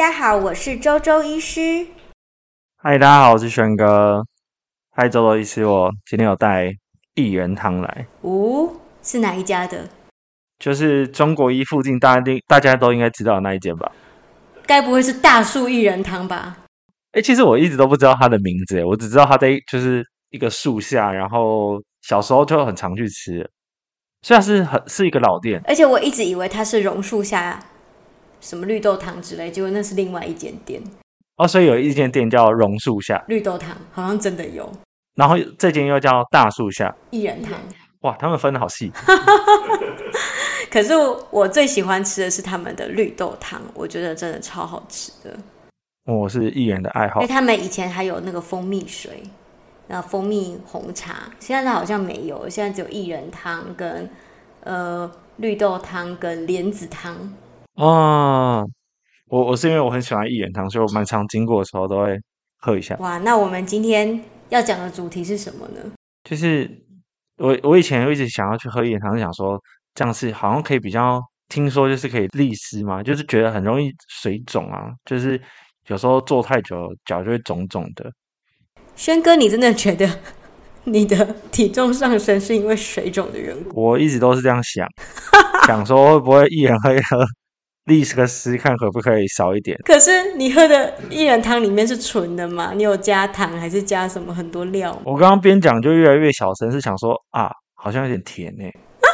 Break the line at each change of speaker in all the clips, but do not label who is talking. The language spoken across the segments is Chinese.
家好，我是周周医师。
嗨，大家好，我是轩哥。嗨，周周医师，我今天有带薏仁汤来，
是哪一家的？
就是中国医附近大家都应该知道的那一间吧？
该不会是大树薏仁汤吧？
其实我一直都不知道它的名字，我只知道它在就是一个树下，然后小时候就很常去吃，虽然是一个老店，
而且我一直以为它是榕树下什么绿豆汤之类，结果那是另外一间店。
所以有一间店叫榕树下
绿豆汤好像真的有，
然后这间又叫大树下
薏仁汤。
哇，他们分得好细。
可是我最喜欢吃的是他们的绿豆汤，我觉得真的超好吃的。
我是薏仁的爱好，
因为他们以前还有那个蜂蜜水，那蜂蜜红茶，现在好像没有，现在只有薏仁汤跟绿豆汤跟莲子汤。
我是因为我很喜欢薏仁汤，所以我蛮常经过的时候都会喝一下。
哇，那我们今天要讲的主题是什么呢？
就是我以前一直想要去喝薏仁汤，想说这样是好像可以比较，听说就是可以利湿嘛，就是觉得很容易水肿啊，就是有时候坐太久脚就会肿肿的。
轩哥，你真的觉得你的体重上升是因为水肿的缘故？
我一直都是这样想，想说会不会薏仁喝一喝，利个湿，看可不可以少一点。
可是你喝的薏仁汤里面是纯的吗？你有加糖还是加什么很多料吗？
我刚刚边讲就越来越小声，是想说好像有点甜欸。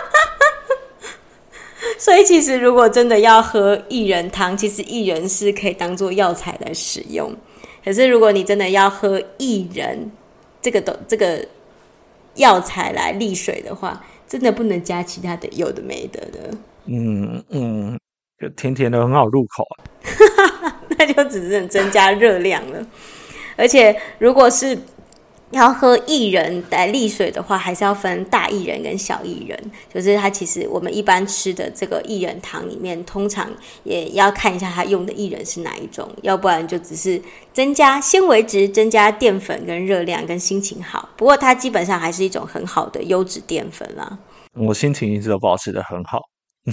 所以其实如果真的要喝薏仁汤，其实薏仁是可以当做药材来使用。可是如果你真的要喝薏仁这个药材来利水的话，真的不能加其他的有的没的的。
就甜甜的很好入口
那就只是增加热量了。而且如果是要喝薏仁来利水的话，还是要分大薏仁跟小薏仁。就是它其实我们一般吃的这个薏仁汤里面，通常也要看一下它用的薏仁是哪一种，要不然就只是增加纤维质、增加淀粉跟热量跟心情好。不过它基本上还是一种很好的优质淀粉啦。
我心情一直都保持得很好。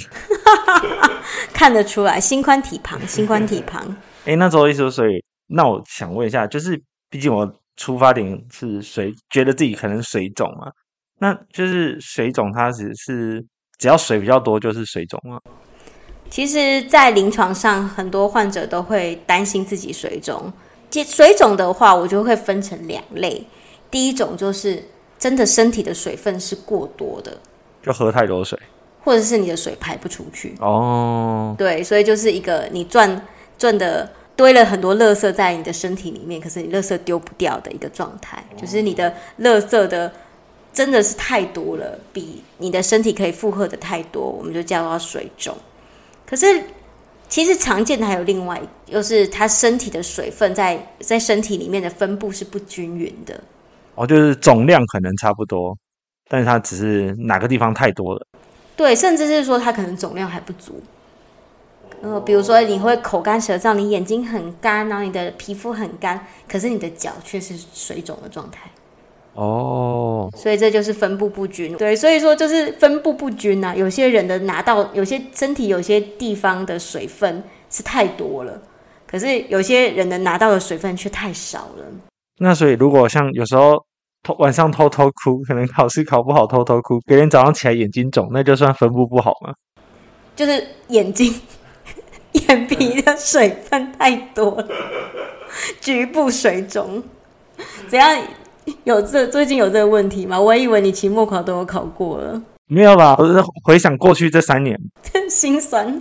看得出来，心宽体胖，心宽体胖。
那周医师，所以那我想问一下，就是毕竟我出发点是觉得自己可能水肿嘛，那就是水肿它只要水比较多就是水肿吗？
其实在临床上很多患者都会担心自己水肿。水肿的话我就会分成两类，第一种就是真的身体的水分是过多的，
就喝太多水，
或者是你的水排不出去。对，所以就是一个你赚的堆了很多垃圾在你的身体里面，可是你垃圾丢不掉的一个状态，就是你的垃圾的真的是太多了，比你的身体可以负荷的太多，我们就叫它水肿。可是其实常见的还有另外，就是他身体的水分在身体里面的分布是不均匀的。
就是总量可能差不多，但是它只是哪个地方太多了。
对，甚至是说它可能总量还不足。比如说你会口干舌燥，你眼睛很干，然后你的皮肤很干，可是你的脚却是水肿的状态。所以这就是分布不均。对，所以说就是分布不均啊。有些人的有些身体有些地方的水分是太多了，可是有些人的拿到的水分却太少了。
那所以如果像有时候晚上偷偷哭，可能考试考不好偷偷哭，隔天早上起来眼睛肿，那就算分布不好吗？
就是眼皮的水分太多了，局部水肿。怎样？最近有这个问题吗？我以为你期末考都有考过了。
没有吧？我是回想过去这3年，
真心酸，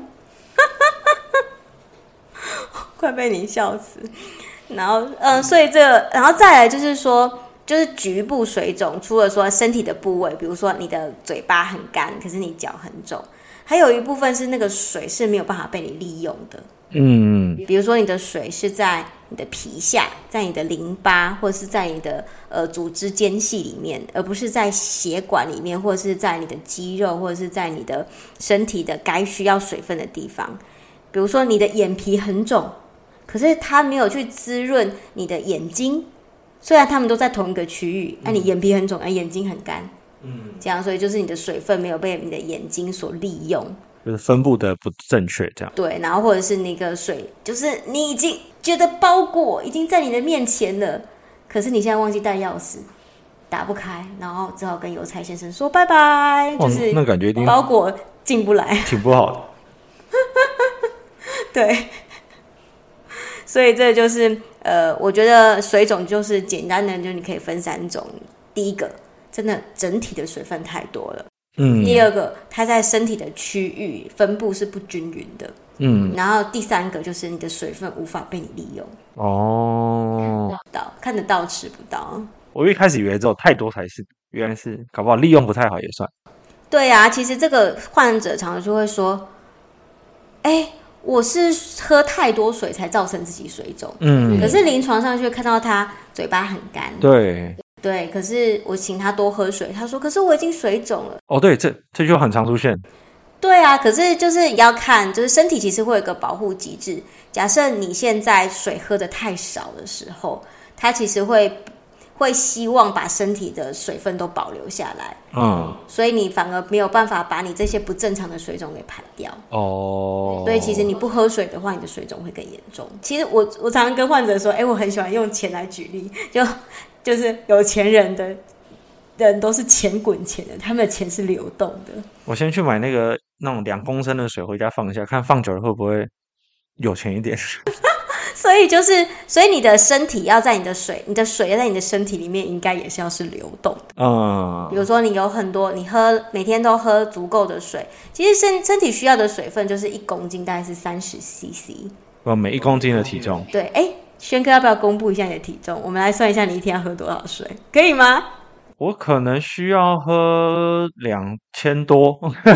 快被你笑死。然后所以然后再来就是说，就是局部水肿，除了说身体的部位，比如说你的嘴巴很干，可是你脚很肿，还有一部分是那个水是没有办法被你利用的。比如说你的水是在你的皮下，在你的淋巴，或者是在你的组织间隙里面，而不是在血管里面，或者是在你的肌肉，或者是在你的身体的该需要水分的地方。比如说你的眼皮很肿，可是它没有去滋润你的眼睛，虽然它们都在同一个区域，你眼皮很肿，眼睛很干，这样，所以就是你的水分没有被你的眼睛所利用，
就是分布的不正确这样。
对，然后或者是那个水，就是你已经觉得包裹已经在你的面前了，可是你现在忘记带钥匙，打不开，然后只好跟邮差先生说拜拜，就是
那感觉一定
包裹进不来，
挺不好的。
对，所以这就是我觉得水肿就是简单的，就你可以分3种。第一个，真的整体的水分太多了。第二个，它在身体的区域分布是不均匀的。然后第3个就是你的水分无法被你利用。看得到吃不到。
我一开始以为只有太多才是，原来是搞不好利用不太好也算。
对啊，其实这个患者常常就会说，我是喝太多水才造成自己水肿。可是临床上却看到他嘴巴很干。对，可是我请他多喝水，他说可是我已经水肿了。
对，这就很常出现。
对啊，可是就是要看，就是身体其实会有一个保护机制。假设你现在水喝得太少的时候，它其实会希望把身体的水分都保留下来。所以你反而没有办法把你这些不正常的水肿给排掉。所以其实你不喝水的话，你的水肿会更严重。其实我常常跟患者说，我很喜欢用钱来举例，就是有钱人的人都是钱滚钱的，他们的钱是流动的。
我先去买那种2公升的水回家放一下，看放久了会不会有钱一点。
所以你的身体要在你的水要在你的身体里面，应该也是要是流动的。比如说你有很多，你每天都喝足够的水，其实身体需要的水分就是1公斤大概是30 CC。
每1公斤的体重。
对，轩哥要不要公布一下你的体重？我们来算一下你一天要喝多少水，可以吗？
我可能需要喝2000多。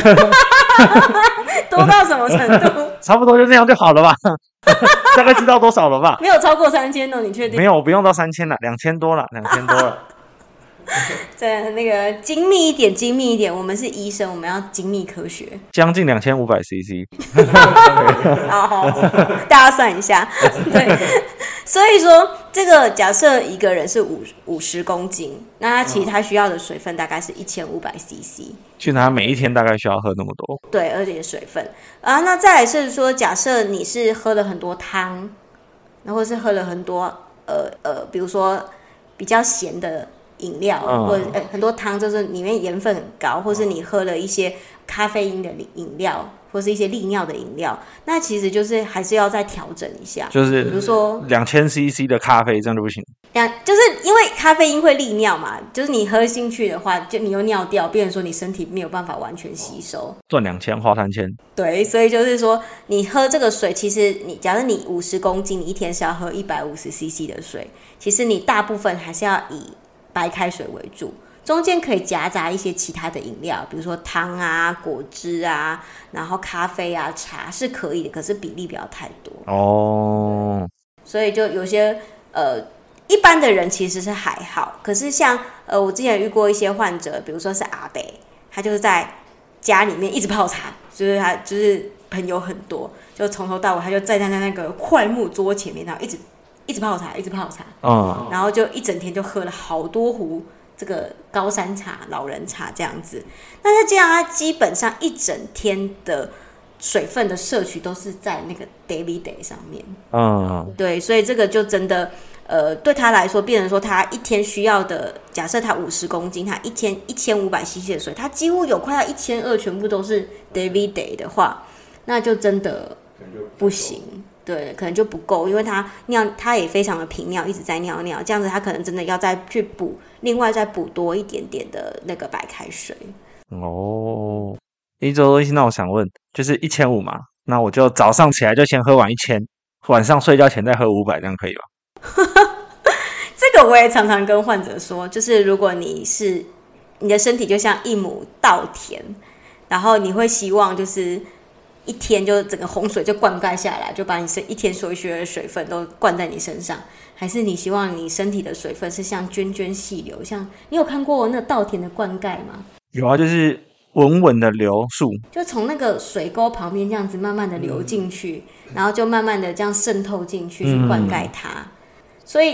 多到什么程度？
差不多就这样就好了吧。大概知道多少了吧？
没有超过3000哦，你确定？
没有，我不用到3000了，2000多了，2000多了。
在那个精密一点，我们是医生，我们要精密科学。
将近2500 CC。
好，大家算一下。对，所以说这个假设一个人是50公斤，那他其实他需要的水分大概是1500 CC。
去拿每一天大概需要喝那么多。
对，而且水分啊，那再来是说，假设你是喝了很多汤，然后是喝了很多比如说比较咸的饮料，或者很多汤就是里面盐分很高，或是你喝了一些咖啡因的饮料，或是一些利尿的饮料，那其实就是还是要再调整一下。
就是
比如说
2000 CC 的咖啡这样就不行。
就是因为咖啡因会利尿嘛，就是你喝进去的话，就你又尿掉，变成说你身体没有办法完全吸收。
赚2000花3000。对，
所以就是说你喝这个水，其实假如你50公斤，你一天是要喝150 CC 的水，其实你大部分还是要以白开水为主，中间可以夹杂一些其他的饮料，比如说汤啊、果汁啊，然后咖啡啊、茶是可以的，可是比例不要太多。所以就有些一般的人其实是还好，可是像我之前遇过一些患者，比如说是阿伯，他就是在家里面一直泡茶，就是他就是朋友很多，就从头到尾他就站在那个快木桌前面，然后一直泡茶，然后就一整天就喝了好多壶这个高山茶、老人茶这样子。那他这样，他基本上一整天的水分的摄取都是在那个 daily day 上面。对，所以这个就真的对他来说，变成说他一天需要的，假设他50公斤，他一天1500 CC 的水，他几乎有快要1200，全部都是 daily day 的话，那就真的不行。对，可能就不够，因为他也非常的频尿，一直在尿尿，这样子他可能真的要再去另外再补多一点点的那个白开水。
周医生，那我想问，就是1500嘛，那我就早上起来就先喝完1000，晚上睡觉前再喝500，这样可以吧？
这个我也常常跟患者说，就是如果你的身体就像一亩稻田，然后你会希望就是一天就整个洪水就灌溉下来，就把你一天所需的水分都灌在你身上，还是你希望你身体的水分是像涓涓细流？像你有看过那稻田的灌溉吗？
有啊，就是稳稳的流速，
就从那个水沟旁边这样子慢慢的流进去，然后就慢慢的这样渗透进去，去灌溉它。所以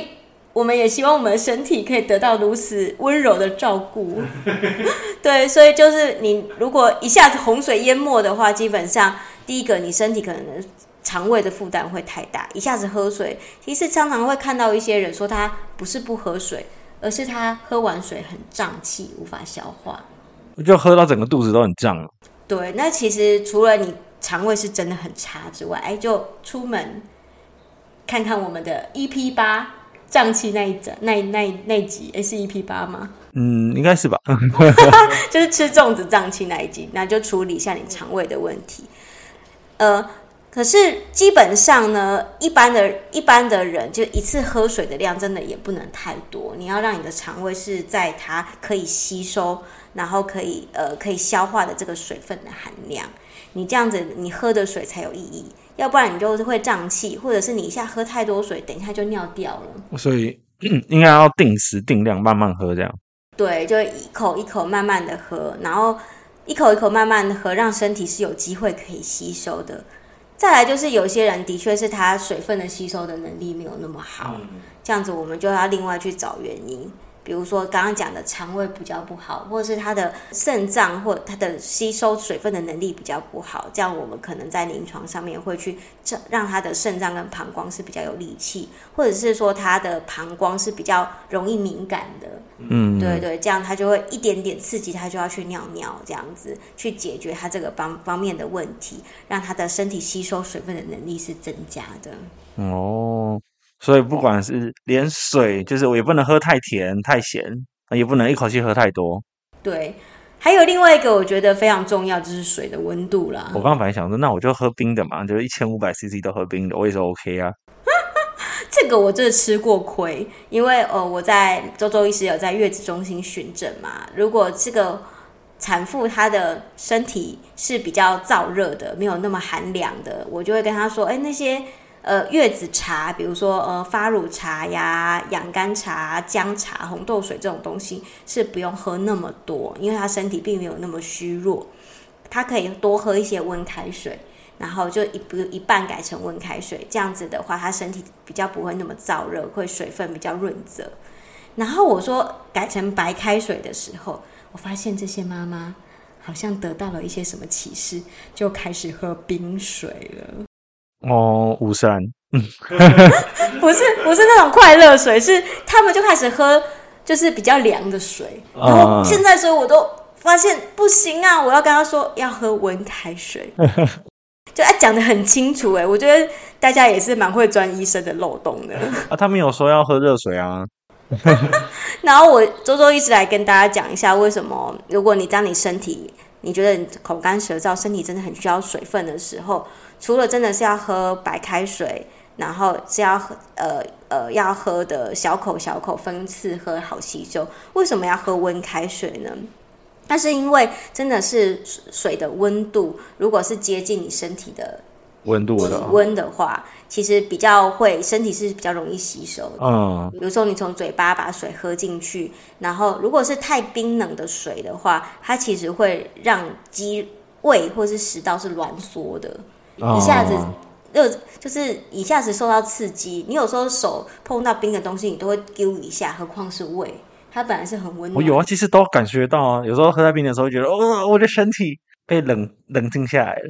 我们也希望我们的身体可以得到如此温柔的照顾。对，所以就是你如果一下子洪水淹没的话，基本上第一个你身体可能肠胃的负担会太大，一下子喝水，其实常常会看到一些人说他不是不喝水，而是他喝完水很胀气，无法消化。
我就喝到整个肚子都很胀了。
对，那其实除了你肠胃是真的很差之外，就出门看看我们的 EP8 胀气那一集，是 EP8 吗？
应该是吧。
就是吃粽子胀气那一集，那就处理一下你肠胃的问题。可是基本上呢，一般的人就一次喝水的量真的也不能太多，你要让你的肠胃是在它可以吸收，然后可以消化的这个水分的含量，你这样子你喝的水才有意义，要不然你就是会胀气，或者是你一下喝太多水，等一下就尿掉了。
所以应该要定时定量慢慢喝这样。
对，就一口一口慢慢的喝，然后一口一口慢慢的喝，让身体是有机会可以吸收的。再来就是有些人的确是他水分的吸收的能力没有那么好，这样子我们就要另外去找原因。比如说刚刚讲的肠胃比较不好，或者是他的肾脏或他的吸收水分的能力比较不好，这样我们可能在临床上面会去让他的肾脏跟膀胱是比较有力气，或者是说他的膀胱是比较容易敏感的。对对，这样他就会一点点刺激，他就要去尿尿，这样子去解决他这个方面的问题，让他的身体吸收水分的能力是增加的。
所以不管是连水，就是我也不能喝太甜太咸，也不能一口气喝太多。
对，还有另外一个我觉得非常重要，就是水的温度啦。
我刚刚本来想说，那我就喝冰的嘛，就是1500cc 都喝冰的，我也是 OK 啊。
这个我真的吃过亏，因为我在周医师有在月子中心巡诊嘛。如果这个产妇她的身体是比较燥热的，没有那么寒凉的，我就会跟她说，那些月子茶，比如说发乳茶呀、养肝茶、姜茶、红豆水这种东西是不用喝那么多，因为她身体并没有那么虚弱，她可以多喝一些温开水。然后就一半改成温开水，这样子的话，他身体比较不会那么燥热，会水分比较润泽。然后我说改成白开水的时候，我发现这些妈妈好像得到了一些什么启示，就开始喝冰水了。
五山，
不是那种快乐水，是他们就开始喝就是比较凉的水。然后现在所以我都发现不行啊，我要跟他说要喝温开水。就讲得很清楚我觉得大家也是蛮会钻医生的漏洞的
他没有说要喝热水啊。
然后我周一直来跟大家讲一下，为什么如果当你身体你觉得你口干舌燥，身体真的很需要水分的时候，除了真的是要喝白开水，然后是要喝的小口分次喝好吸收，为什么要喝温开水呢？那是因为真的是水的温度，如果是接近你身体的
温度的
体温的话，其实比较会身体是比较容易吸收的。比如说你从嘴巴把水喝进去，然后如果是太冰冷的水的话，它其实会让胃或是食道是挛缩的，一下子就是一下子受到刺激，你有时候手碰到冰的东西，你都会丢一下，何况是胃。它本来是很温暖，
我有啊，其实都感觉到啊。有时候喝太冰的时候，觉得我的身体被冷静下来了，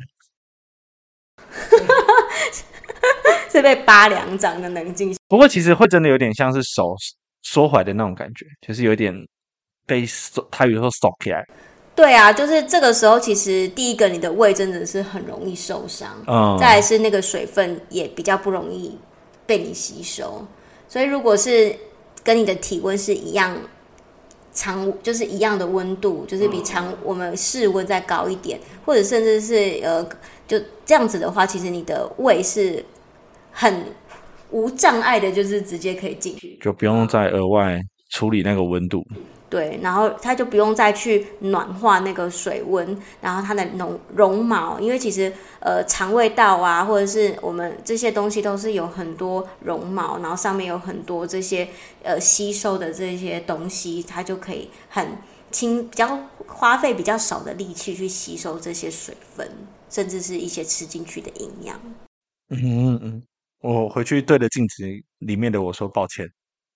是被拔凉掌的冷静。
不过其实会真的有点像是手缩回来的那种感觉，就是有点被台语说缩起来。
对啊，就是这个时候，其实第一个你的胃真的是很容易受伤，再来是那个水分也比较不容易被你吸收，所以如果是跟你的体温是一样，就是一样的温度，就是比我们室温再高一点，或者甚至是就这样子的话，其实你的胃是很无障碍的，就是直接可以进去，
就不用再额外处理那个温度。
对，然后它就不用再去暖化那个水温，然后它的绒毛，因为其实肠胃道啊，或者是我们这些东西都是有很多绒毛，然后上面有很多这些吸收的这些东西，它就可以比较花费比较少的力气去吸收这些水分，甚至是一些吃进去的营养。
我回去对着镜子里面的我说抱歉。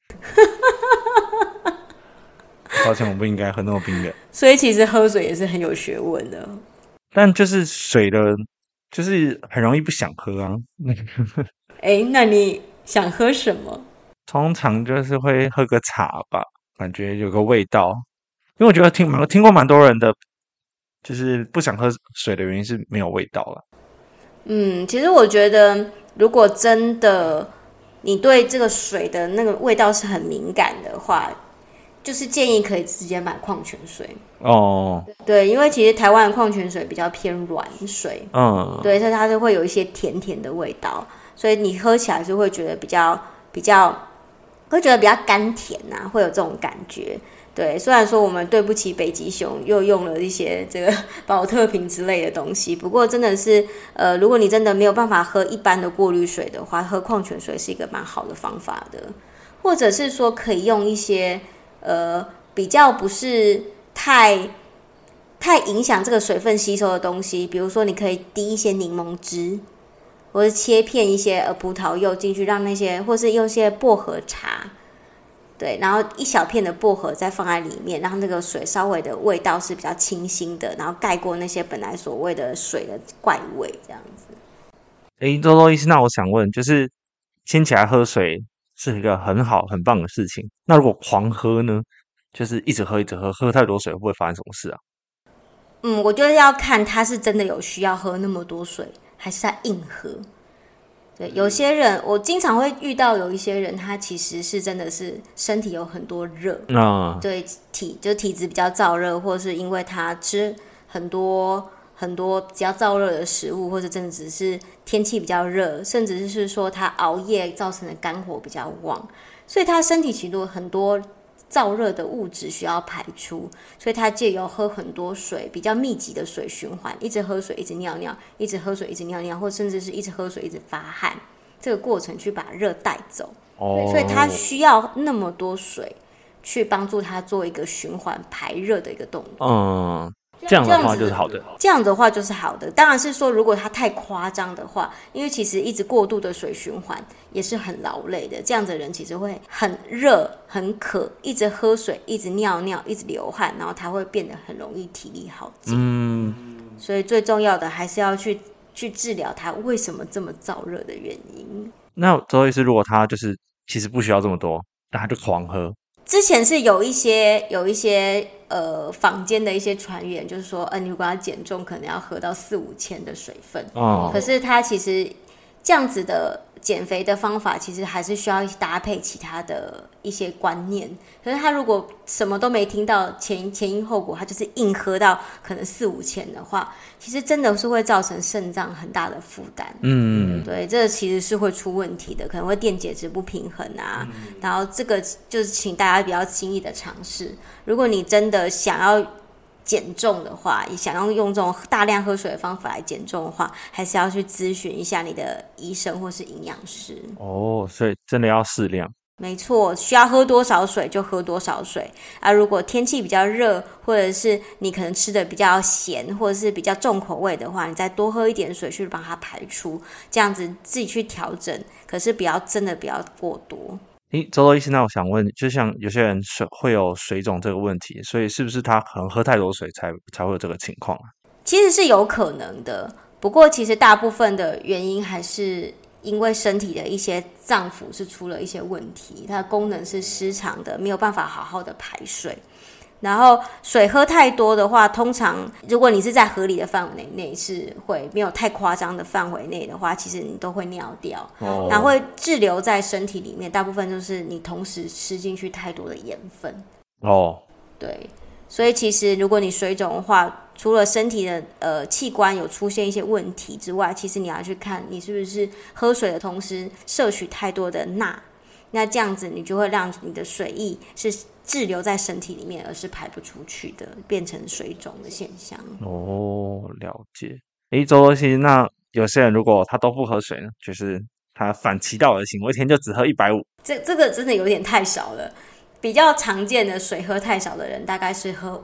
抱歉，我不应该喝那么冰的。
所以其实喝水也是很有学问的。
但就是水的，就是很容易不想喝啊。
那你想喝什么？
通常就是会喝个茶吧，感觉有个味道。因为我觉得听过蛮多人的，就是不想喝水的原因是没有味道了。
其实我觉得，如果真的你对这个水的那个味道是很敏感的话，就是建议可以直接买矿泉水。
哦，
对，因为其实台湾的矿泉水比较偏软水，对，所以它是会有一些甜甜的味道，所以你喝起来是会觉得比较会觉得比较甘甜啊，会有这种感觉。对，虽然说我们对不起北极熊又用了一些这个保特瓶之类的东西，不过真的是如果你真的没有办法喝一般的过滤水的话，喝矿泉水是一个蛮好的方法的，或者是说可以用一些比较不是太影响这个水分吸收的东西，比如说你可以滴一些柠檬汁，或是切片一些葡萄柚进去，让那些，或是用一些薄荷茶。对，然后一小片的薄荷再放在里面，让那个水稍微的味道是比较清新的，然后盖过那些本来所谓的水的怪味，这样子。
周周医师，那我想问，就是先起来喝水是一个很好很棒的事情，那如果狂喝呢？就是一直喝，喝太多水会不会发生什么事啊？
我觉得要看他是真的有需要喝那么多水，还是他硬喝。对，有些人我经常会遇到有一些人，他其实是真的是身体有很多热，对体质比较燥热，或是因为他吃很多比较燥热的食物，或者真的只是天气比较热，甚至是说他熬夜造成的肝火比较旺，所以他身体其实有很多燥热的物质需要排出，所以他借由喝很多水，比较密集的水循环，一直喝水一直尿尿，一直喝水一直尿尿，或甚至是一直喝水一直发汗，这个过程去把热带走。所以他需要那么多水去帮助他做一个循环排热的一个动作。
这样的话就是好的。
这样的话就是好的。当然是说，如果它太夸张的话，因为其实一直过度的水循环也是很劳累的。这样子的人其实会很热、很渴，一直喝水、一直尿尿、一直流汗，然后他会变得很容易体力耗尽。所以最重要的还是要去治疗他为什么这么燥热的原因。
那周医师，如果他就是其实不需要这么多，但他就狂喝。
之前是有一些坊间的一些传言，就是说，你如果要减重，可能要喝到4-5千的水分。可是他其实这样子的减肥的方法，其实还是需要搭配其他的一些观念。可是他如果什么都没听到前因后果，他就是硬喝到可能4-5千的话，其实真的是会造成肾脏很大的负担。对，这其实是会出问题的，可能会电解质不平衡啊。然后这个就是请大家比较轻易的尝试。如果你真的想要减重的话，也想要用这种大量喝水的方法来减重的话，还是要去咨询一下你的医生或是营养师。
所以真的要适量。
没错，需要喝多少水就喝多少水啊。如果天气比较热，或者是你可能吃的比较咸，或者是比较重口味的话，你再多喝一点水去帮它排出，这样子自己去调整。可是真的不要过多。
周医师，那我想问，就像有些人会有水肿这个问题，所以是不是他可能喝太多水才会有这个情况啊？
其实是有可能的，不过其实大部分的原因还是因为身体的一些脏腑是出了一些问题，它的功能是失常的，没有办法好好的排水。然后水喝太多的话，通常如果你是在合理的范围内，是会没有太夸张的范围内的话，其实你都会尿掉，然后会滞留在身体里面。大部分就是你同时吃进去太多的盐分。对，所以其实如果你水肿的话，除了身体的器官有出现一些问题之外，其实你要去看你是不是喝水的同时摄取太多的钠，那这样子你就会让你的水液是滞留在身体里面，而是排不出去的，变成水肿的现象。
了解。周医师，那有些人如果他都不喝水呢，就是他反其道而行，我一天就只喝150。
这个真的有点太少了。比较常见的水喝太少的人，大概是喝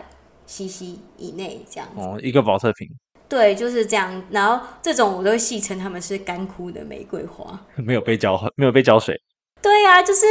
500cc 以内这样子。
一个保特瓶。
对，就是这样。然后这种我都会戏称他们是干枯的玫瑰花，
没有被浇水。
对啊，就是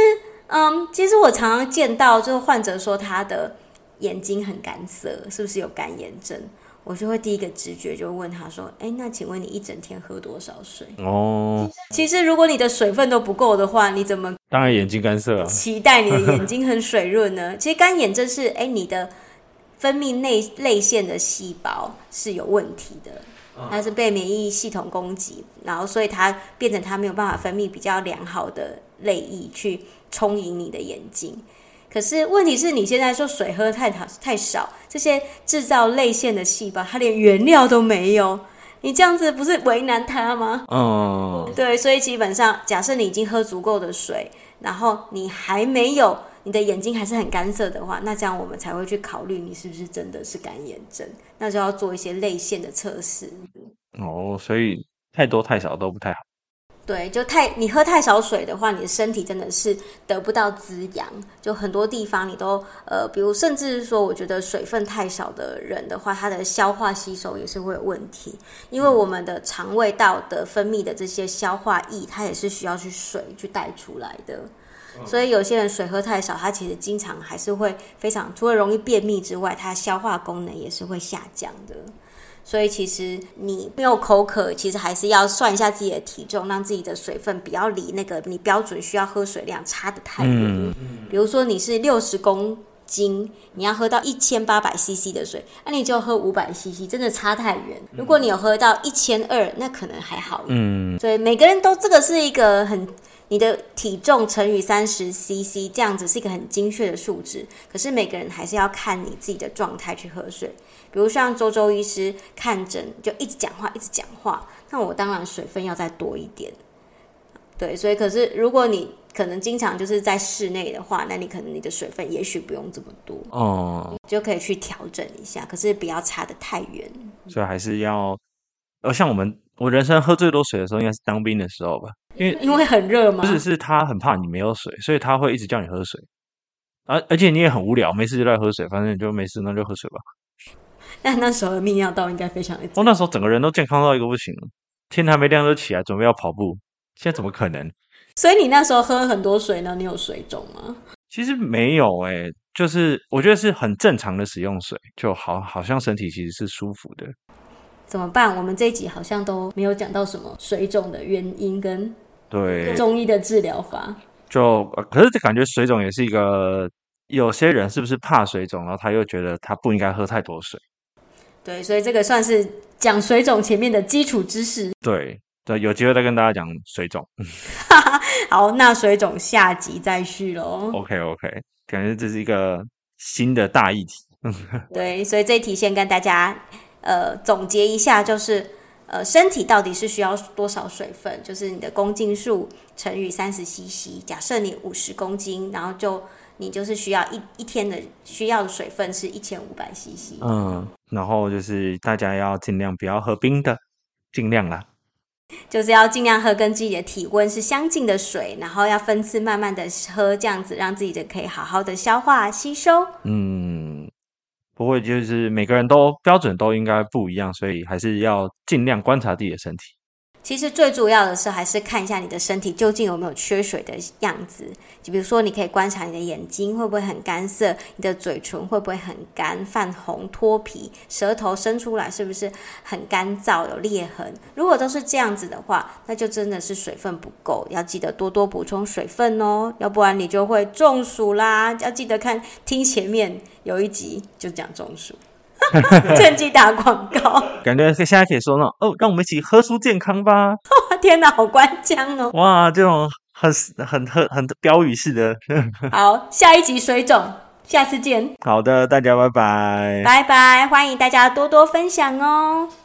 其实我常常见到就是患者说他的眼睛很干涩，是不是有干眼症？我就会第一个直觉就问他说，那请问你一整天喝多少水？其实如果你的水分都不够的话，你怎么
当然眼睛干涩啊，
期待你的眼睛很水润呢？其实干眼症是你的分泌泪腺的细胞是有问题的，它是被免疫系统攻击，然后所以它变成它没有办法分泌比较良好的泪液去充盈你的眼睛。可是问题是你现在说水喝太少，这些制造泪腺的细胞它连原料都没有，你这样子不是为难它吗？对，所以基本上假设你已经喝足够的水，然后你还没有，你的眼睛还是很干涩的话，那这样我们才会去考虑你是不是真的是干眼症，那就要做一些泪腺的测试。
所以太多太少都不太好。
对，你喝太少水的话，你的身体真的是得不到滋养，就很多地方你都比如甚至是说，我觉得水分太少的人的话，他的消化吸收也是会有问题，因为我们的肠胃道的分泌的这些消化液，它也是需要去水去带出来的。所以有些人水喝太少，他其实经常还是会非常，除了容易便秘之外，他消化功能也是会下降的。所以其实你没有口渴，其实还是要算一下自己的体重，让自己的水分不要离那个你标准需要喝水量差得太远。比如说你是60公斤，你要喝到1800cc 的水，那你就喝500cc，真的差太远。如果你有喝到1200，那可能还好。所以每个人都这个是一个你的体重乘以30cc， 这样子是一个很精确的数值。可是每个人还是要看你自己的状态去喝水。比如像周医师看诊就一直讲话，那我当然水分要再多一点。对，所以可是如果你可能经常就是在室内的话，那你可能你的水分也许不用这么多，就可以去调整一下，可是不要差得太远。
所以还是要，像我人生喝最多水的时候应该是当兵的时候吧，
因为很热吗？
不是他很怕你没有水，所以他会一直叫你喝水，而且你也很无聊，没事就在喝水，反正你就没事那就喝水吧。
那时候的泌尿道应该非常的
那时候整个人都健康到一个不行，天还没亮就起来准备要跑步，现在怎么可能？
所以你那时候喝很多水呢？你有水肿吗？
其实没有就是我觉得是很正常的使用水，就好像身体其实是舒服的。
怎么办？我们这一集好像都没有讲到什么水肿的原因跟中医的治疗法。
可是感觉水肿也是一个，有些人是不是怕水肿，然后他又觉得他不应该喝太多水。
对，所以这个算是讲水肿前面的基础知识。
对，有机会再跟大家讲水肿。
好，那水肿下集再续咯。
OK， 感觉这是一个新的大议题。
对，所以这一题先跟大家总结一下，就是身体到底是需要多少水分，就是你的公斤数乘以30cc。假设你50公斤，然后你就是需要一天的需要的水分是1500cc。
然后就是大家要尽量不要喝冰的，尽量啦，
就是要尽量喝跟自己的体温是相近的水，然后要分次慢慢的喝，这样子让自己的可以好好的消化吸收。
不会就是每个人都标准都应该不一样，所以还是要尽量观察自己的身体。
其实最主要的是还是看一下你的身体究竟有没有缺水的样子，就比如说你可以观察你的眼睛会不会很干涩，你的嘴唇会不会很干泛红脱皮，舌头伸出来是不是很干燥有裂痕。如果都是这样子的话，那就真的是水分不够，要记得多多补充水分哦，要不然你就会中暑啦。要记得听前面有一集就讲中暑。趁机打广告，
感觉现在可以说那种让我们一起喝出健康吧。
天哪，好官腔哦！
哇，这种很标语式的。
好，下一集水肿，下次见。
好的，大家拜拜，
拜拜，欢迎大家多多分享哦。